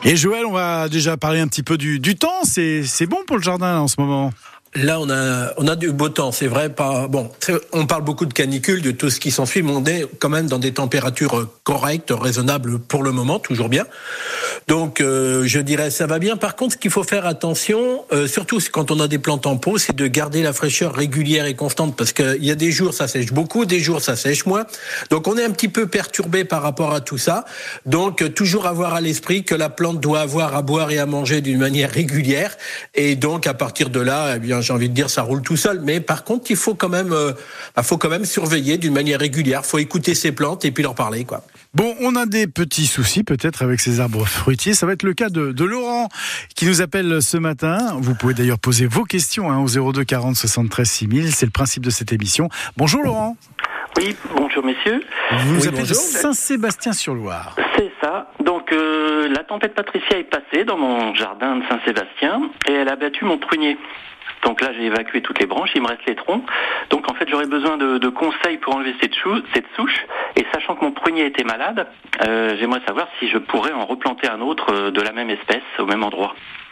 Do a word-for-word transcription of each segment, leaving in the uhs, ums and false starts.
Et Joël, on va déjà parler un petit peu du, du temps. C'est, c'est bon pour le jardin là, en ce moment. Là, on a, on a du beau temps, c'est vrai. Pas bon. On parle beaucoup de canicule, de tout ce qui s'ensuit, mais on est quand même dans des températures correctes, raisonnables pour le moment, toujours bien. Donc, euh, je dirais ça va bien. Par contre, ce qu'il faut faire attention, euh, surtout quand on a des plantes en pot, c'est de garder la fraîcheur régulière et constante, parce qu'il y a des jours ça sèche beaucoup, des jours ça sèche moins. Donc, on est un petit peu perturbé par rapport à tout ça. Donc, euh, toujours avoir à l'esprit que la plante doit avoir à boire et à manger d'une manière régulière. Et donc, à partir de là, eh bien, j'ai envie de dire, ça roule tout seul. Mais par contre, il faut quand même, euh, faut quand même surveiller d'une manière régulière. Il faut écouter ces plantes et puis leur parler, quoi. Bon, on a des petits soucis peut-être avec ces arbres fruitiers. Ça va être le cas de, de Laurent qui nous appelle ce matin. Vous pouvez d'ailleurs poser vos questions hein, au zéro deux quarante soixante-treize six mille. C'est le principe de cette émission. Bonjour Laurent. Oui, bonjour messieurs. Vous nous oui, appelez de bonjour. Saint-Sébastien-sur-Loire. C'est ça. Donc euh, la tempête Patricia est passée dans mon jardin de Saint-Sébastien et elle a battu mon prunier. Donc là, j'ai évacué toutes les branches, il me reste les troncs. Donc en fait, j'aurais besoin de, de conseils pour enlever cette, chou, cette souche. Et sachant que mon prunier était malade, euh, j'aimerais savoir si je pourrais en replanter un autre euh, de la même espèce, au même endroit.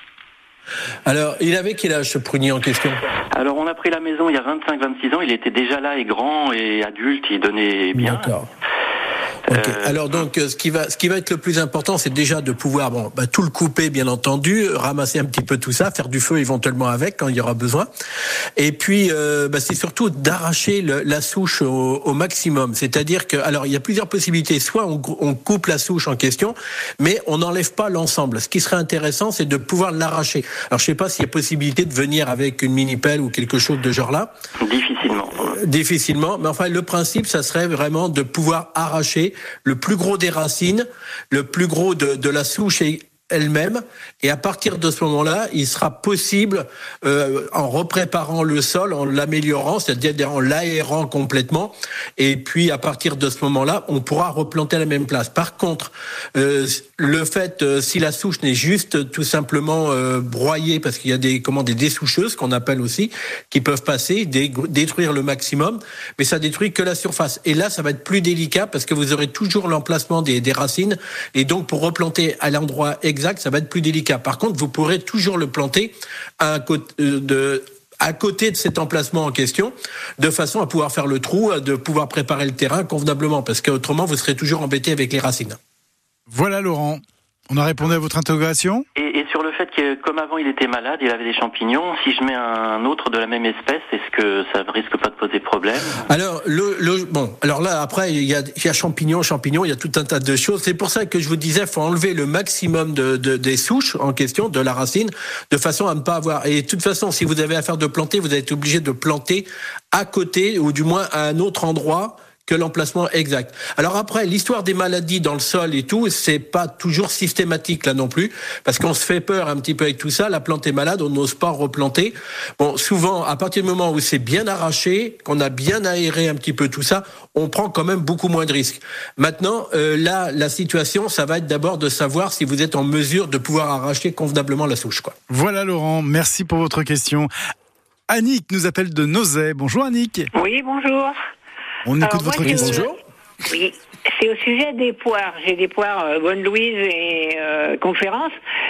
Alors, il avait quel âge ce prunier en question ? Alors on a pris la maison il y a vingt-cinq vingt-six ans, il était déjà là et grand et adulte, il donnait bien. D'accord. Okay. Euh, Alors donc, ce qui va, ce qui va être le plus important, c'est déjà de pouvoir, bon, bah, tout le couper, bien entendu, ramasser un petit peu tout ça, faire du feu éventuellement avec quand il y aura besoin. Et puis, euh, bah, c'est surtout d'arracher le, la souche au, au maximum. C'est-à-dire que, alors, il y a plusieurs possibilités. Soit on, on coupe la souche en question, mais on n'enlève pas l'ensemble. Ce qui serait intéressant, c'est de pouvoir l'arracher. Alors, je sais pas s'il y a possibilité de venir avec une mini-pelle ou quelque chose de genre là. Difficilement. Euh, difficilement. Mais enfin, le principe, ça serait vraiment de pouvoir arracher le plus gros des racines, le plus gros de, de la souche elle-même, et à partir de ce moment-là, il sera possible, euh, en repréparant le sol, en l'améliorant, c'est-à-dire en l'aérant complètement, et puis à partir de ce moment-là, on pourra replanter à la même place. Par contre, euh, le fait, euh, si la souche n'est juste tout simplement euh, broyée, parce qu'il y a des, comment, des dessoucheuses qu'on appelle aussi, qui peuvent passer, dé- détruire le maximum, mais ça détruit que la surface. Et là, ça va être plus délicat parce que vous aurez toujours l'emplacement des, des racines, et donc pour replanter à l'endroit exact, ça va être plus délicat. Par contre, vous pourrez toujours le planter à côté de, à côté de cet emplacement en question, de façon à pouvoir faire le trou, de pouvoir préparer le terrain convenablement, parce qu'autrement, vous serez toujours embêté avec les racines. Voilà Laurent, on a répondu à votre interrogation. Et, et sur le fait que, comme avant il était malade, il avait des champignons, si je mets un autre de la même espèce, est-ce que ça ne risque pas de poser problème ? Alors, le, le, bon, alors là, après, il y a, il y a champignons, champignons, il y a tout un tas de choses. C'est pour ça que je vous disais, il faut enlever le maximum de, de, des souches en question, de la racine, de façon à ne pas avoir... Et de toute façon, si vous avez affaire de planter, vous allez être obligé de planter à côté, ou du moins à un autre endroit que l'emplacement exact. Alors après, l'histoire des maladies dans le sol et tout, c'est pas toujours systématique là non plus, parce qu'on se fait peur un petit peu avec tout ça. La plante est malade, on n'ose pas replanter. Bon, souvent, à partir du moment où c'est bien arraché, qu'on a bien aéré un petit peu tout ça, on prend quand même beaucoup moins de risques. Maintenant, euh, là, la situation, ça va être d'abord de savoir si vous êtes en mesure de pouvoir arracher convenablement la souche, quoi. Voilà Laurent, merci pour votre question. Annick nous appelle de Nozay. Bonjour Annick. Oui, bonjour. On écoute Alors, votre moi, question. je- Bonjour. Oui, c'est au sujet des poires. J'ai des poires euh, Bonne Louise et euh, Conférence.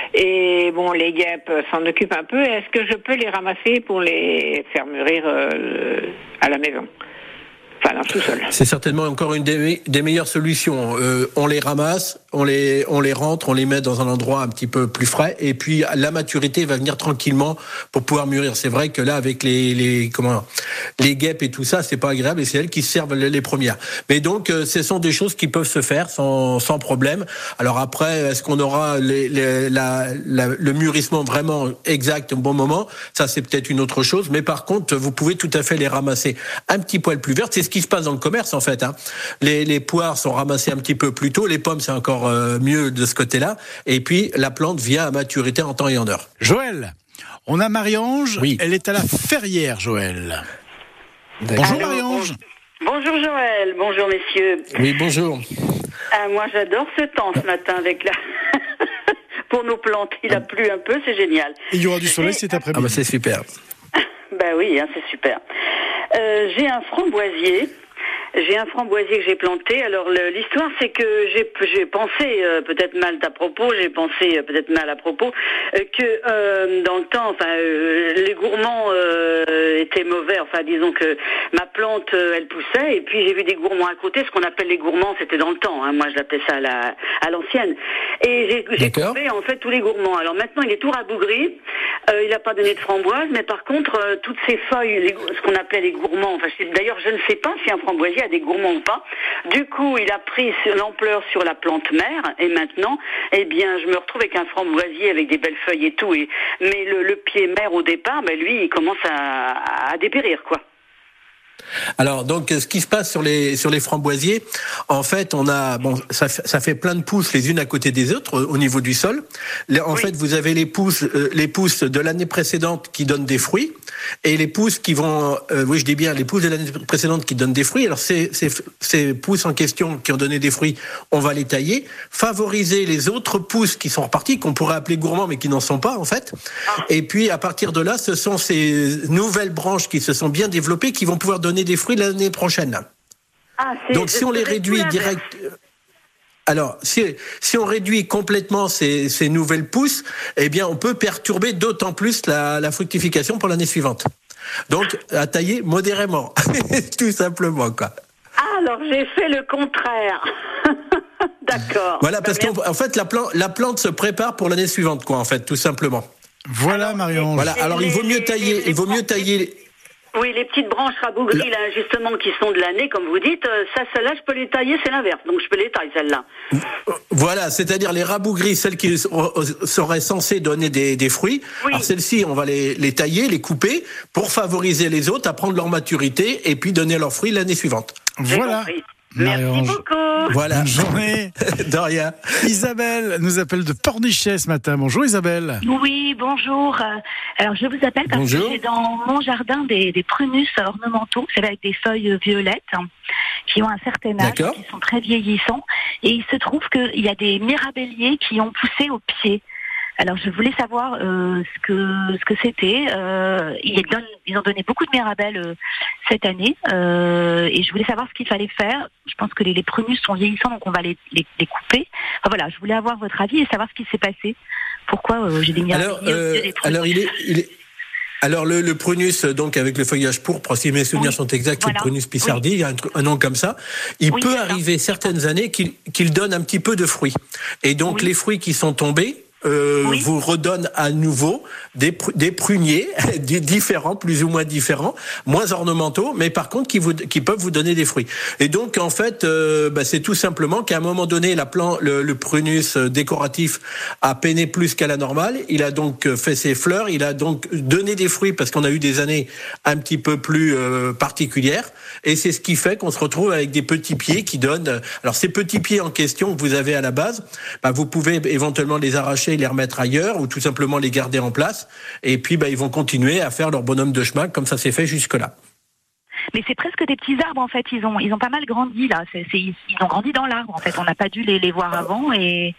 Et bon, les guêpes s'en occupent un peu. Est-ce que je peux les ramasser pour les faire mûrir euh, à la maison ? Enfin, dans le sous-sol. C'est certainement encore une des, des meilleures solutions. Euh, on les ramasse, on les, on les rentre, on les met dans un endroit un petit peu plus frais, et puis la maturité va venir tranquillement pour pouvoir mûrir. C'est vrai que là, avec les, les, comment, les guêpes et tout ça, c'est pas agréable, et c'est elles qui servent les, les premières. Mais donc, euh, ce sont des choses qui peuvent se faire sans, sans problème. Alors après, est-ce qu'on aura les, les, la, la, le mûrissement vraiment exact au bon moment ? Ça, c'est peut-être une autre chose. Mais par contre, vous pouvez tout à fait les ramasser un petit poil plus vertes. C'est ce qui se passe dans le commerce, en fait. Hein. Les, les poires sont ramassées un petit peu plus tôt. Les pommes, c'est encore euh, mieux de ce côté-là. Et puis, la plante vient à maturité en temps et en heure. Joël, on a Marie-Ange. Oui. Elle est à la Ferrière, Joël. D'accord. Bonjour Allô, Marie-Ange. Bonjour Joël, bonjour messieurs. Oui, bonjour. Ah, moi j'adore ce temps ce matin avec la... pour nos plantes, il a plu un peu, c'est génial. Il y aura du soleil cet Ah après-midi. bah c'est super. Ben oui, hein, c'est super. Euh, j'ai un framboisier J'ai un framboisier que j'ai planté. Alors le, l'histoire, c'est que j'ai, j'ai pensé euh, peut-être mal à propos, j'ai pensé euh, peut-être mal à propos euh, que euh, dans le temps, enfin, euh, les gourmands euh, étaient mauvais. Enfin, disons que ma plante, euh, elle poussait, et puis j'ai vu des gourmands à côté. Ce qu'on appelle les gourmands, c'était dans le temps. Hein, moi, je l'appelais ça à, la, à l'ancienne. Et j'ai, j'ai coupé en fait tous les gourmands. Alors maintenant, il est tout rabougri. Euh, il n'a pas donné de framboise, mais par contre, euh, toutes ces feuilles, les, ce qu'on appelait les gourmands. Enfin, d'ailleurs, je ne sais pas si un framboisier a des gourmands ou pas. Du coup, il a pris l'ampleur sur la plante mère, et maintenant, eh bien, je me retrouve avec un framboisier avec des belles feuilles et tout. Et, mais le, le pied mère au départ, ben lui, il commence à, à dépérir, quoi. Alors donc ce qui se passe sur les sur les framboisiers, en fait on a bon ça ça fait plein de pousses les unes à côté des autres au niveau du sol. En oui. fait vous avez les pousses euh, les pousses de l'année précédente qui donnent des fruits et les pousses qui vont euh, oui je dis bien les pousses de l'année précédente qui donnent des fruits. Alors ces ces ces pousses en question qui ont donné des fruits, on va les tailler, favoriser les autres pousses qui sont reparties qu'on pourrait appeler gourmands mais qui n'en sont pas en fait. Ah. Et puis à partir de là, ce sont ces nouvelles branches qui se sont bien développées qui vont pouvoir donner des fruits l'année prochaine. Ah, donc si on les réduit direct, alors si si on réduit complètement ces ces nouvelles pousses, eh bien on peut perturber d'autant plus la la fructification pour l'année suivante. Donc à tailler modérément, tout simplement quoi. Ah, alors j'ai fait le contraire. D'accord. Voilà parce bah, qu'en fait la plante la plante se prépare pour l'année suivante quoi en fait tout simplement. Voilà Marion. Voilà alors il vaut mieux tailler il vaut mieux tailler. Oui, les petites branches rabougries, là, justement, qui sont de l'année, comme vous dites, ça, celles-là, je peux les tailler, c'est l'inverse. Donc, je peux les tailler, celles-là. Voilà, c'est-à-dire les rabougries, celles qui seraient censées donner des, des fruits. Oui. Alors, celles-ci, on va les, les tailler, les couper, pour favoriser les autres à prendre leur maturité et puis donner leurs fruits l'année suivante. Voilà. Merci beaucoup. Voilà. Bonne journée. De rien. Isabelle nous appelle de Pornichet ce matin. Bonjour Isabelle. Oui, bonjour. Alors je vous appelle parce bonjour. que j'ai dans mon jardin des, des prunus ornementaux, c'est avec des feuilles violettes hein, qui ont un certain âge, qui sont très vieillissants. Et il se trouve qu'il y a des mirabelliers qui ont poussé au pied. Alors je voulais savoir euh, ce que ce que c'était. Euh, ils, donnent, ils ont donné beaucoup de mirabelles euh, cette année euh, et je voulais savoir ce qu'il fallait faire. Je pense que les, les prunus sont vieillissants donc on va les, les, les couper. Enfin, voilà, je voulais avoir votre avis et savoir ce qui s'est passé. Pourquoi euh, j'ai des mirabelliers alors, euh, des alors il est, il est... Alors le, le prunus, donc avec le feuillage pourpre, si mes souvenirs oui. sont exacts, voilà. le prunus pissardi, oui. il y a un, un nom comme ça. Il oui, peut arriver ça. certaines années qu'il, qu'il donne un petit peu de fruits. Et donc oui. les fruits qui sont tombés, Euh, oui. vous redonne à nouveau des, pr- des pruniers différents, plus ou moins différents, moins ornementaux, mais par contre qui, vous, qui peuvent vous donner des fruits. Et donc en fait, euh, bah, c'est tout simplement qu'à un moment donné, la plan- le, le prunus décoratif a peiné plus qu'à la normale. Il a donc fait ses fleurs, il a donc donné des fruits parce qu'on a eu des années un petit peu plus euh, particulières. Et c'est ce qui fait qu'on se retrouve avec des petits pieds qui donnent. Alors ces petits pieds en question que vous avez à la base, bah, vous pouvez éventuellement les arracher, les remettre ailleurs ou tout simplement les garder en place et puis bah, ils vont continuer à faire leur bonhomme de chemin comme ça s'est fait jusque-là. Mais c'est presque des petits arbres en fait, ils ont, ils ont pas mal grandi là, c'est, c'est, ils ont grandi dans l'arbre en fait, on n'a pas dû les, les voir avant et...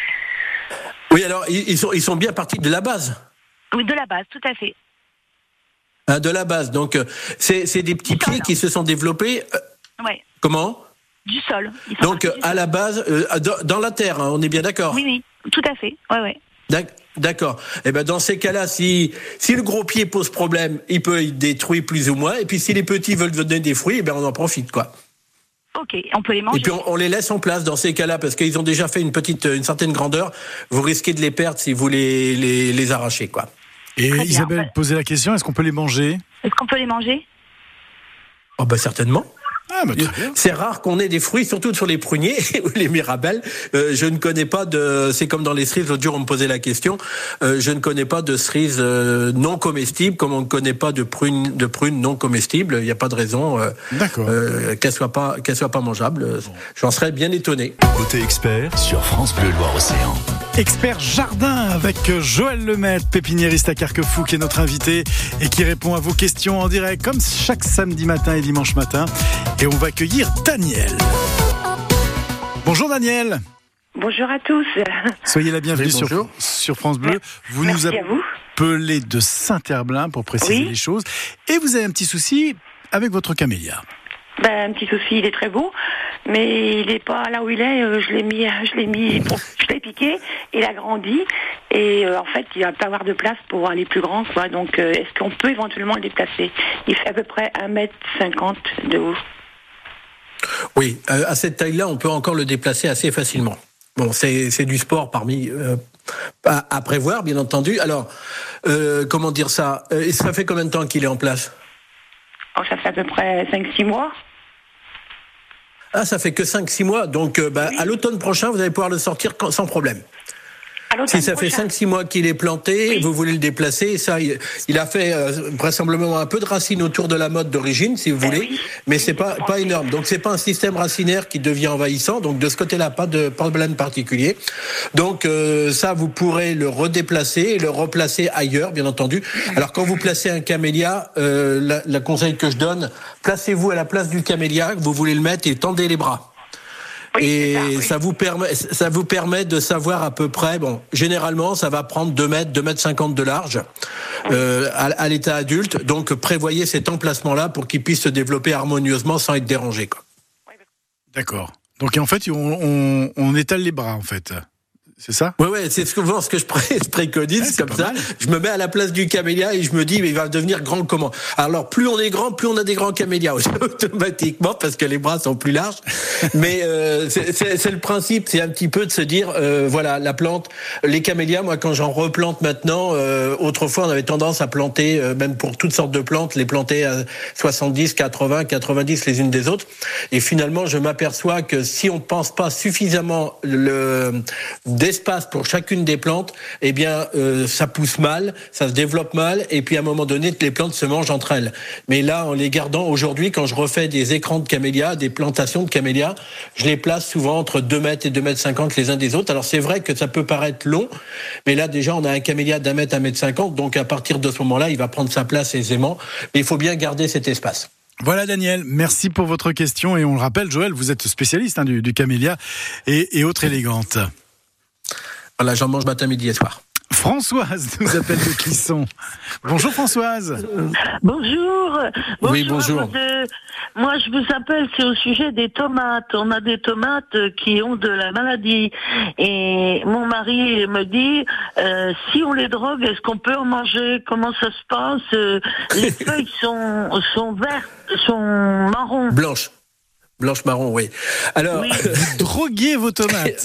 Oui alors ils sont, ils sont bien partis de la base. Oui de la base, tout à fait. Hein, de la base, donc c'est, c'est des petits pieds qui se sont développés... Euh, ouais. Comment ? Du sol. Donc à la base, euh, dans la terre, hein, on est bien d'accord ? Oui, oui. Tout à fait, ouais, ouais. D'accord. Et eh ben dans ces cas-là, si si le gros pied pose problème, il peut être détruit plus ou moins. Et puis si les petits veulent donner des fruits, eh ben on en profite quoi. Ok, on peut les manger. Et puis on, on les laisse en place dans ces cas-là parce qu'ils ont déjà fait une petite, une certaine grandeur. Vous risquez de les perdre si vous les les, les arrachez quoi. Et Très Isabelle bien. posait la question, est-ce qu'on peut les manger ? Est-ce qu'on peut les manger ? Oh ben certainement. Ah, bah, c'est rare qu'on ait des fruits, surtout sur les pruniers ou les mirabelles. Euh, je ne connais pas de. C'est comme dans les cerises. L'autre jour, on me posait la question. Euh, je ne connais pas de cerises euh, non comestibles, comme on ne connaît pas de prunes, de prunes non comestibles. Il n'y a pas de raison euh, euh, qu'elles soient pas, qu'elles soient pas mangeables. Bon. J'en serais bien étonné. Côté expert sur France Bleu Loire-Océan. Expert jardin avec Joël Lemaitre, pépiniériste à Carquefou, qui est notre invité et qui répond à vos questions en direct, comme chaque samedi matin et dimanche matin. Et on va accueillir Daniel. Bonjour Daniel. Bonjour à tous. Soyez la bienvenue oui, sur, sur France Bleu. Vous Merci nous appelez de Saint-Herblain pour préciser oui. les choses. Et vous avez un petit souci avec votre camélia. Ben, un petit souci, il est très beau, mais il n'est pas là où il est. Euh, je l'ai mis, je l'ai mis, pour, je l'ai piqué, il a grandi, et euh, en fait, il va pas avoir de place pour aller plus grand, quoi. Donc, euh, est-ce qu'on peut éventuellement le déplacer? Il fait à peu près un mètre cinquante de haut. Oui, euh, à cette taille-là, on peut encore le déplacer assez facilement. Bon, c'est, c'est du sport parmi euh, à, à prévoir, bien entendu. Alors, euh, comment dire ça euh, Ça fait combien de temps qu'il est en place? Oh, ça fait à peu près cinq six mois. Ah, ça fait que cinq six mois, donc euh, bah, oui. À l'automne prochain, vous allez pouvoir le sortir sans problème. Si ça fait cinq six mois qu'il est planté, oui. Vous voulez le déplacer, ça, il, il a fait euh, vraisemblablement un peu de racines autour de la motte d'origine, si vous voulez, oui. Mais oui, c'est pas pas énorme. Donc c'est pas un système racinaire qui devient envahissant. Donc de ce côté-là, pas de problème particulier. Donc euh, ça, vous pourrez le redéplacer et le replacer ailleurs, bien entendu. Alors quand vous placez un camélia, euh, la, la conseil que je donne, placez-vous à la place du camélia, vous voulez le mettre et tendez les bras. Oui, et ça, oui. ça vous permet, ça vous permet de savoir à peu près. Bon, généralement, ça va prendre deux mètres, deux mètres cinquante de large oui. euh, à, à l'état adulte. Donc, prévoyez cet emplacement-là pour qu'il puisse se développer harmonieusement sans être dérangé, quoi. D'accord. Donc, en fait, on, on, on étale les bras, en fait. C'est ça? Ouais, ouais, c'est souvent ce que je, pré- je préconise, ouais, comme ça. Mal. Je me mets à la place du camélia et je me dis, mais il va devenir grand comment? Alors, plus on est grand, plus on a des grands camélias, automatiquement, parce que les bras sont plus larges. Mais euh, c'est, c'est, c'est le principe, c'est un petit peu de se dire, euh, voilà, la plante, les camélias, moi, quand j'en replante maintenant, euh, autrefois, on avait tendance à planter, euh, même pour toutes sortes de plantes, les planter à soixante-dix, quatre-vingts, quatre-vingt-dix les unes des autres. Et finalement, je m'aperçois que si on pense pas suffisamment le d'espace pour chacune des plantes, eh bien, euh, ça pousse mal, ça se développe mal, et puis à un moment donné, les plantes se mangent entre elles. Mais là, en les gardant aujourd'hui, quand je refais des écrans de camélias, des plantations de camélias, je les place souvent entre deux mètres et deux mètres cinquante les uns des autres. Alors c'est vrai que ça peut paraître long, mais là déjà, on a un camélia d'un mètre, un mètre cinquante, donc à partir de ce moment-là, il va prendre sa place aisément. Mais il faut bien garder cet espace. Voilà Daniel, merci pour votre question, et on le rappelle, Joël, vous êtes spécialiste hein, du, du camélia et, et autres élégantes. Voilà, j'en mange matin, midi et soir. Françoise nous appelle de Clisson. Bonjour Françoise. Bonjour. bonjour. Oui, bonjour. De... Moi, je vous appelle, c'est au sujet des tomates. On a des tomates qui ont de la maladie. Et mon mari me dit, euh, si on les drogue, est-ce qu'on peut en manger? Comment ça se passe? Les feuilles sont, sont vertes, sont marron. Blanches. Blanche marron, oui. Alors, oui. Droguez vos tomates.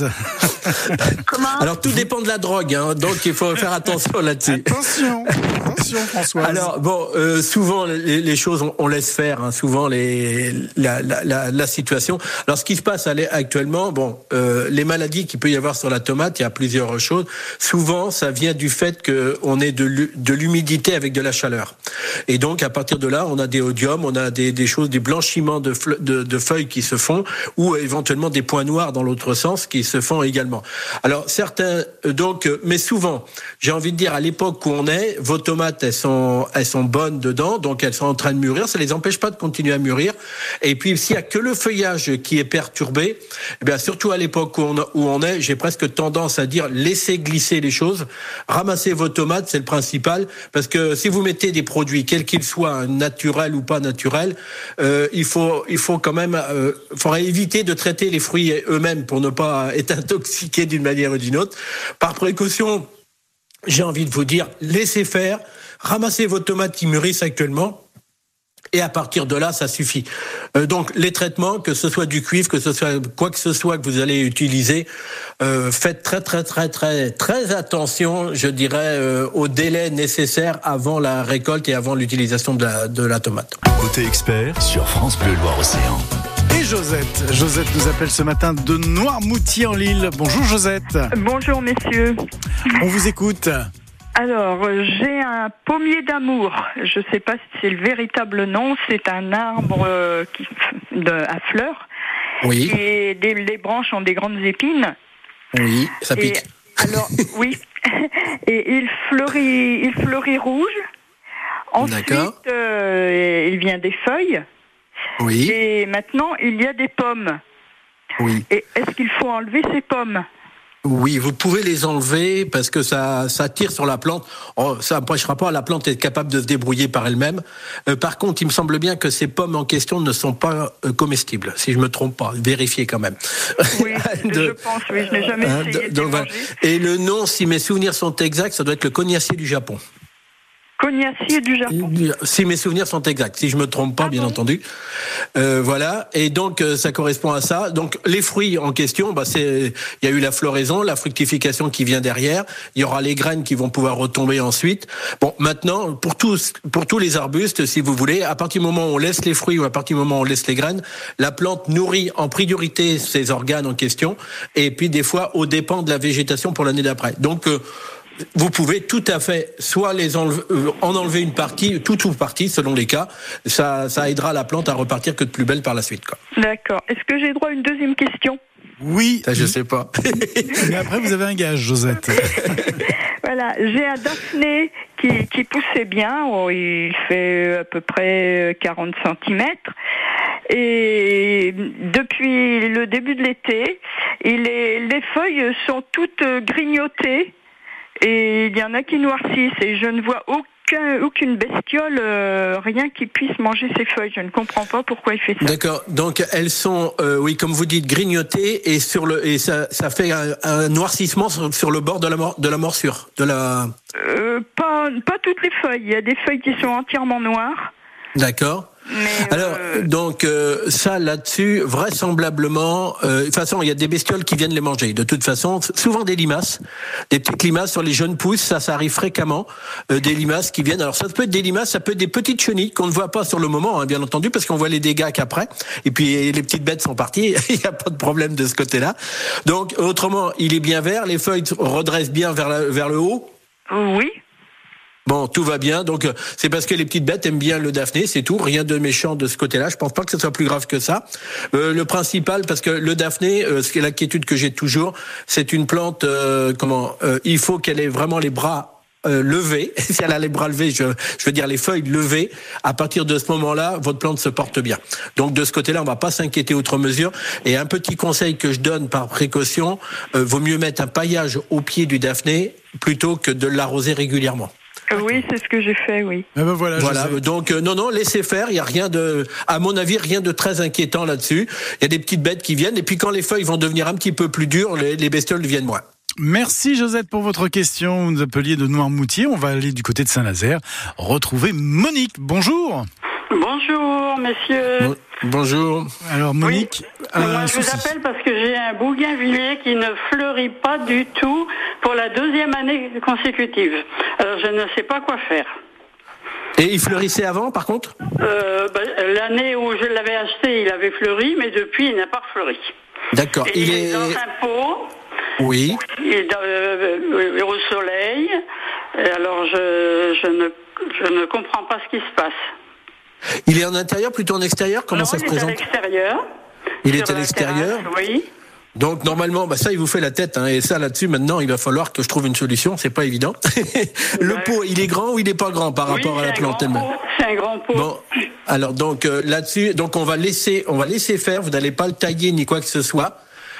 Comment? Alors tout dépend de la drogue, hein, donc il faut faire attention là-dessus. Attention, attention, Françoise. Alors bon, euh, souvent les, les choses on, on laisse faire, hein, souvent les la, la, la, la situation. Alors ce qui se passe actuellement, bon, euh, les maladies qu'il peut y avoir sur la tomate, il y a plusieurs choses. Souvent, ça vient du fait que on ait de, de l'humidité avec de la chaleur, et donc à partir de là, on a des odiums, on a des, des choses, des blanchiments de, de, de feuilles qui se font, ou éventuellement des points noirs dans l'autre sens qui se font également. Alors certains, donc, mais souvent, j'ai envie de dire à l'époque où on est, vos tomates elles sont, elles sont bonnes dedans, donc elles sont en train de mûrir, ça les empêche pas de continuer à mûrir. Et puis s'il y a que le feuillage qui est perturbé, eh bien surtout à l'époque où on, où on est, j'ai presque tendance à dire laissez glisser les choses, ramassez vos tomates, c'est le principal, parce que si vous mettez des produits, quels qu'ils soient, naturels ou pas naturels, euh, il faut, il faut quand même Il euh, faudrait éviter de traiter les fruits eux-mêmes pour ne pas être intoxiqués d'une manière ou d'une autre. Par précaution, j'ai envie de vous dire, laissez faire, ramassez vos tomates qui mûrissent actuellement, et à partir de là, ça suffit. Euh, donc, les traitements, que ce soit du cuivre, que ce soit quoi que ce soit que vous allez utiliser, euh, faites très, très, très, très, très attention, je dirais, euh, au délai nécessaire avant la récolte et avant l'utilisation de la, de la tomate. Côté expert sur France Bleu Loire-Océan. Et Josette, Josette nous appelle ce matin de Noirmoutier en Lille. Bonjour Josette. Bonjour messieurs. On vous écoute. Alors, j'ai un pommier d'amour. Je ne sais pas si c'est le véritable nom. C'est un arbre euh, qui, de, à fleurs. Oui. Et des, les branches ont des grandes épines. Oui, ça pique. Et, alors, oui. Et il fleurit, il fleurit rouge. Ensuite, euh, il vient des feuilles. Oui. Et maintenant, il y a des pommes. Oui. Et est-ce qu'il faut enlever ces pommes? Oui, vous pouvez les enlever parce que ça, ça tire sur la plante. Oh, ça n'empêchera pas la plante d'être capable de se débrouiller par elle-même. Euh, par contre, il me semble bien que ces pommes en question ne sont pas euh, comestibles, si je me trompe pas. Vérifiez quand même. Oui, de, je pense, oui, je n'ai jamais hein, essayé de, de donc, Et le nom, si mes souvenirs sont exacts, ça doit être le cognacier du Japon. Cognacier du Japon. Si mes souvenirs sont exacts, si je me trompe pas, ah bien bon. entendu. Euh, voilà, et donc euh, ça correspond à ça. Donc les fruits en question, bah c'est, il y a eu la floraison, la fructification qui vient derrière. Il y aura les graines qui vont pouvoir retomber ensuite. Bon, maintenant pour tous, pour tous les arbustes, si vous voulez, à partir du moment où on laisse les fruits ou à partir du moment où on laisse les graines, la plante nourrit en priorité ses organes en question, et puis des fois au dépend de la végétation pour l'année d'après. Donc euh, vous pouvez tout à fait soit les enlever, euh, en enlever une partie, toute ou partie selon les cas. Ça, ça aidera la plante à repartir que de plus belle par la suite, quoi. D'accord. Est-ce que j'ai droit à une deuxième question ? Oui. Ça, je sais pas. Mais après, vous avez un gage, Josette. Voilà, j'ai un daphné qui, qui poussait bien. Oh, il fait à peu près quarante centimètres. Et depuis le début de l'été, il est, les feuilles sont toutes grignotées. Et il y en a qui noircissent et je ne vois aucun, aucune bestiole, euh, rien qui puisse manger ces feuilles. Je ne comprends pas pourquoi il fait ça. D'accord. Donc elles sont, euh, oui, comme vous dites, grignotées et sur le et ça, ça fait un, un noircissement sur, sur le bord de la mor, de la morsure, de la. Euh, pas pas toutes les feuilles. Il y a des feuilles qui sont entièrement noires. D'accord. Mais Alors, euh... donc euh, ça là-dessus, vraisemblablement, euh, de toute façon, il y a des bestioles qui viennent les manger. De toute façon, souvent des limaces, des petites limaces sur les jeunes pousses, ça, ça arrive fréquemment. Euh, des limaces qui viennent. Alors ça peut être des limaces, ça peut être des petites chenilles qu'on ne voit pas sur le moment, hein, bien entendu, parce qu'on voit les dégâts qu'après. Et puis les petites bêtes sont parties. Il n'y a pas de problème de ce côté-là. Donc autrement, il est bien vert. Les feuilles redressent bien vers, la, vers le haut. Oui. Bon, tout va bien. Donc, c'est parce que les petites bêtes aiment bien le daphné, c'est tout. Rien de méchant de ce côté-là. Je pense pas que ce soit plus grave que ça. Euh, le principal, parce que le daphné, euh, ce qui est l'inquiétude que j'ai toujours, c'est une plante, euh, comment, euh, il faut qu'elle ait vraiment les bras euh, levés. Si elle a les bras levés, je, je veux dire les feuilles levées. À partir de ce moment-là, votre plante se porte bien. Donc, de ce côté-là, on va pas s'inquiéter outre mesure. Et un petit conseil que je donne par précaution, euh, vaut mieux mettre un paillage au pied du daphné plutôt que de l'arroser régulièrement. Oui, c'est ce que j'ai fait, oui. Ah ben voilà, voilà. Donc euh, non, non, laissez faire. Il y a rien de, à mon avis, rien de très inquiétant là-dessus. Il y a des petites bêtes qui viennent, et puis quand les feuilles vont devenir un petit peu plus dures, les, les bestioles viennent moins. Merci Josette pour votre question. Vous nous appeliez de Noirmoutier. On va aller du côté de Saint-Nazaire retrouver Monique. Bonjour. Bonjour, messieurs. Bon, bonjour. Alors, Monique. Oui. Euh, Moi, je vous appelle parce que j'ai un bougainvillier qui ne fleurit pas du tout pour la deuxième année consécutive. Alors, je ne sais pas quoi faire. Et il fleurissait avant, par contre euh, bah, l'année où je l'avais acheté, il avait fleuri, mais depuis, il n'a pas fleuri. D'accord. Et il, il est dans un pot. Oui. Il est dans, euh, au soleil. Et alors, je, je, ne, je ne comprends pas ce qui se passe. Il est en intérieur, plutôt en extérieur? Comment non, ça se il présente? est à l'extérieur. Il est à l'extérieur? Oui. Donc normalement, bah ça il vous fait la tête, hein, et ça là-dessus maintenant il va falloir que je trouve une solution, c'est pas évident. Le ouais. pot, il est grand ou il est pas grand par oui, rapport à la plante elle-même? C'est un grand pot. Bon, alors donc euh, là-dessus, donc on va laisser, on va laisser faire. Vous n'allez pas le tailler ni quoi que ce soit.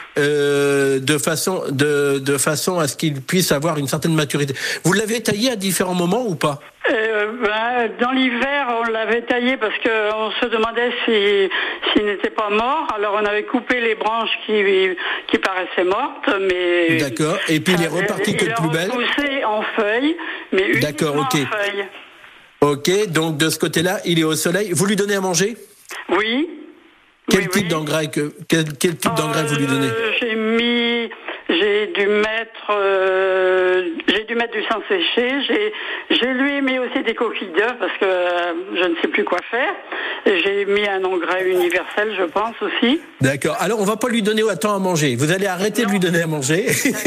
Euh, de façon de, de façon à ce qu'il puisse avoir une certaine maturité. Vous l'avez taillé à différents moments ou pas? Euh, ben, dans l'hiver, on l'avait taillé parce que on se demandait si s'il n'était pas mort. Alors on avait coupé les branches qui qui paraissaient mortes, mais d'accord. Et puis il est reparti que de plus belle. Il a repoussé en feuilles, mais uniquement d'accord, ok. en feuilles. Ok, donc de ce côté-là, il est au soleil. Vous lui donnez à manger? Oui. Quel oui, type oui. d'engrais que quel, quel type d'engrais euh, vous lui donnez? J'ai mis, j'ai dû mettre, euh, j'ai dû mettre du sang séché. J'ai, j'ai lui mis aussi des coquilles d'œufs parce que euh, je ne sais plus quoi faire. Et j'ai mis un engrais universel, je pense aussi. D'accord. Alors on va pas lui donner autant à manger. Vous allez arrêter non. de lui donner à manger.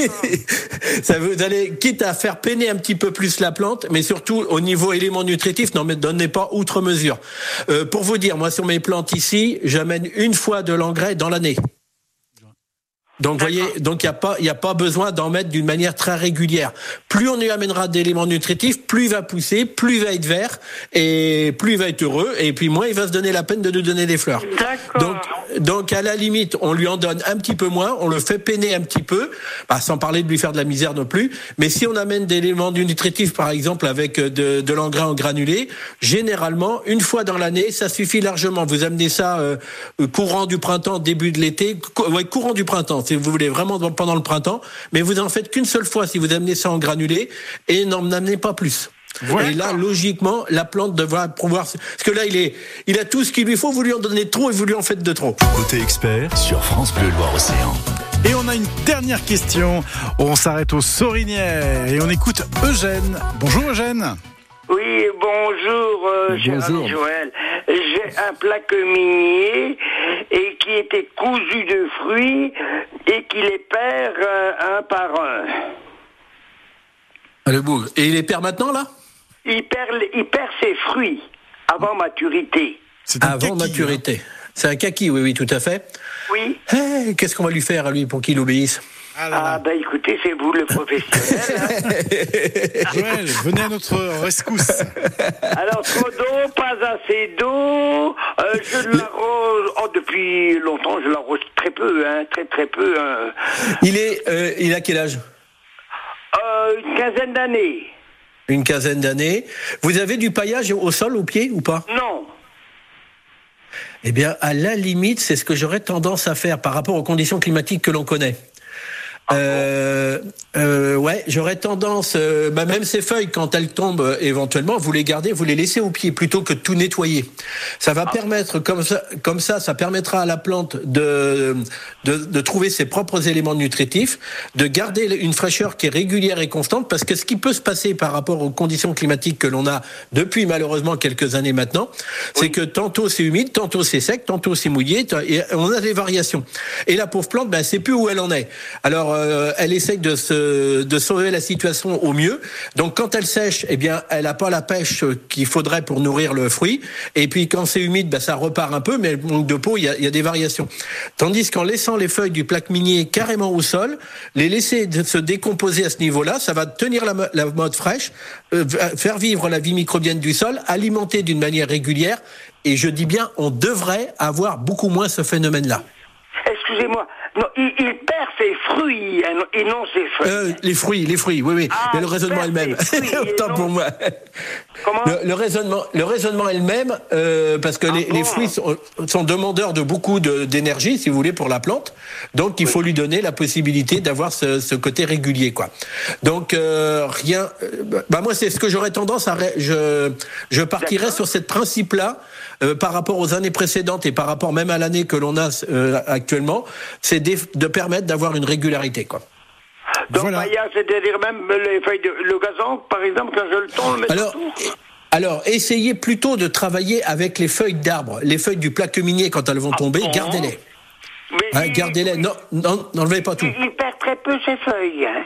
Ça vous allez quitte à faire peiner un petit peu plus la plante, mais surtout au niveau éléments nutritifs, non mais donnez pas outre mesure. Euh, pour vous dire, moi sur mes plantes ici, j'amène une fois de l'engrais dans l'année. Donc, vous voyez, donc il n'y a pas, il y a pas besoin d'en mettre d'une manière très régulière. Plus on lui amènera d'éléments nutritifs, plus il va pousser, plus il va être vert, et plus il va être heureux, et puis moins il va se donner la peine de nous donner des fleurs. D'accord. Donc, donc à la limite, on lui en donne un petit peu moins, on le fait peiner un petit peu, bah, sans parler de lui faire de la misère non plus. Mais si on amène des éléments nutritifs, par exemple, avec de, de l'engrais en granulé, généralement, une fois dans l'année, ça suffit largement. Vous amenez ça euh, courant du printemps, début de l'été, cou- ouais, courant du printemps. Si vous voulez vraiment pendant le printemps, mais vous en faites qu'une seule fois si vous amenez ça en granulé et n'en amenez pas plus. Ouais. Et là, logiquement, la plante devra pouvoir, parce que là, il est, il a tout ce qu'il lui faut, vous lui en donnez trop et vous lui en faites de trop. Côté expert sur France Bleu Loire-Océan. Et on a une dernière question. On s'arrête aux Sorinières et on écoute Eugène. Bonjour Eugène. Oui, bonjour, euh, cher ami Joël. J'ai un plaque minier et qui était cousu de fruits et qui les perd euh, un par un. Le bout. Et il les perd maintenant, là? Il perd, il perd ses fruits avant maturité. C'est avant kaki, maturité. Hein. C'est un kaki, oui, oui, tout à fait. Oui. Hey, qu'est-ce qu'on va lui faire à lui pour qu'il obéisse? Ah, ah ben écoutez, c'est vous le professionnel. Hein. Joël, venez à notre rescousse. Alors, trop d'eau, pas assez d'eau. Euh, je l'arrose, oh, depuis longtemps, je l'arrose très peu, hein, très très peu. Hein. Il est, euh, il a quel âge? euh, Une quinzaine d'années. Une quinzaine d'années. Vous avez du paillage au sol, au pied, ou pas? Non. Eh bien, à la limite, c'est ce que j'aurais tendance à faire par rapport aux conditions climatiques que l'on connaît. Euh, euh, ouais, j'aurais tendance, euh, bah même ces feuilles, quand elles tombent, euh, éventuellement, vous les gardez, vous les laissez au pied plutôt que de tout nettoyer. Ça va ah. permettre, comme ça, comme ça, ça permettra à la plante de, de, de trouver ses propres éléments nutritifs, de garder une fraîcheur qui est régulière et constante, parce que ce qui peut se passer par rapport aux conditions climatiques que l'on a depuis malheureusement quelques années maintenant, oui. c'est que tantôt c'est humide, tantôt c'est sec, tantôt c'est mouillé, et on a des variations. Et la pauvre plante, ben, c'est plus où elle en est. Alors, Euh, elle essaye de se de sauver la situation au mieux. Donc quand elle sèche, eh bien elle n'a pas la pêche qu'il faudrait pour nourrir le fruit. Et puis quand c'est humide, ben, ça repart un peu, mais le manque de peau, il y a, il y a des variations. Tandis qu'en laissant les feuilles du plaque minier carrément au sol, les laisser de se décomposer à ce niveau-là, ça va tenir la, la mode fraîche, euh, faire vivre la vie microbienne du sol, alimenter d'une manière régulière. Et je dis bien, on devrait avoir beaucoup moins ce phénomène-là. Excusez-moi. Non, il, il perd ses fruits et non ses feuilles. Euh, les fruits, les fruits, oui, oui. Ah, mais le raisonnement est le même. Autant pour moi. Comment le, le raisonnement, le raisonnement est le même euh, parce que ah les, bon. les fruits sont, sont demandeurs de beaucoup de, d'énergie, si vous voulez, pour la plante. Donc, il oui. faut lui donner la possibilité d'avoir ce, ce côté régulier, quoi. Donc, euh, rien. Euh, bah moi, c'est ce que j'aurais tendance à. Je, je partirais D'accord. sur cette principe-là euh, par rapport aux années précédentes et par rapport même à l'année que l'on a euh, actuellement. C'est de permettre d'avoir une régularité, quoi. Donc, voilà. Paillage, c'est-à-dire même les feuilles de le gazon, par exemple, quand je le tombe, le alors, alors, essayez plutôt de travailler avec les feuilles d'arbres, les feuilles du plaque minier quand elles vont ah, tomber, bon. gardez-les. Hein, il, gardez-les, il, non, non, n'enlevez pas tout. Il, il perd très peu ses feuilles. Hein.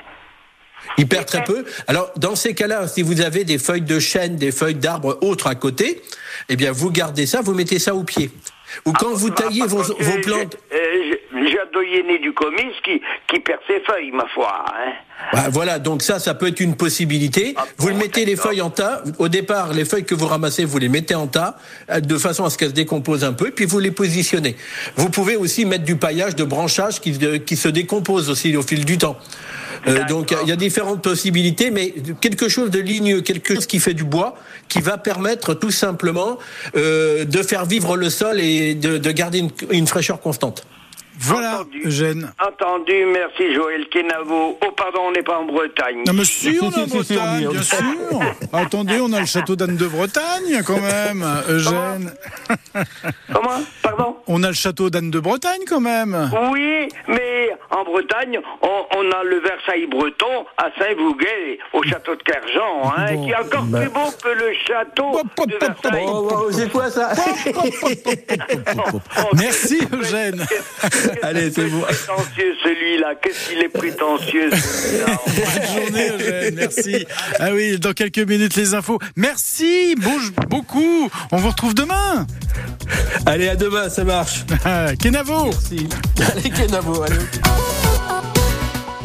Il perd très peu. Alors, dans ces cas-là, si vous avez des feuilles de chêne, des feuilles d'arbres autres à côté, eh bien, vous gardez ça, vous mettez ça au pied. Ou quand ah, vous taillez vos, contre, vos plantes... J'ai, j'ai un doyenné du comice qui, qui perd ses feuilles, ma foi. Hein. Bah, voilà, donc ça, ça peut être une possibilité. Ah, vous bon, le mettez les feuilles en tas. Au départ, les feuilles que vous ramassez, vous les mettez en tas, de façon à ce qu'elles se décomposent un peu, puis vous les positionnez. Vous pouvez aussi mettre du paillage, de branchage qui, de, qui se décompose aussi au fil du temps. Euh, donc il y a différentes possibilités, mais quelque chose de ligneux, quelque chose qui fait du bois, qui va permettre tout simplement euh, de faire vivre le sol et de, de garder une, une fraîcheur constante. Voilà, entendu. Eugène. Entendu, merci Joël Kenavo. Oh pardon, on n'est pas en Bretagne. Non mais si, on est en Bretagne, bien sûr. Attendez, on a le château d'Anne de Bretagne quand même, Eugène. Comment, Comment Pardon On a le château d'Anne de Bretagne quand même. Oui, mais en Bretagne, on, on a le Versailles breton à Saint-Vouguet, au château de Clergeant, hein, bon, qui est encore bah... plus beau que le château de Versailles. Oh, oh, c'est quoi ça? Merci Eugène. Allez, c'est bon. Prétentieux celui-là, qu'est-ce qu'il est prétentieux celui-là. Bonne journée Eugène, merci. Ah oui, dans quelques minutes les infos. Merci beaucoup. On vous retrouve demain. Allez, à demain, ça marche. Kenavo. Merci. Allez, Kenavo, allez.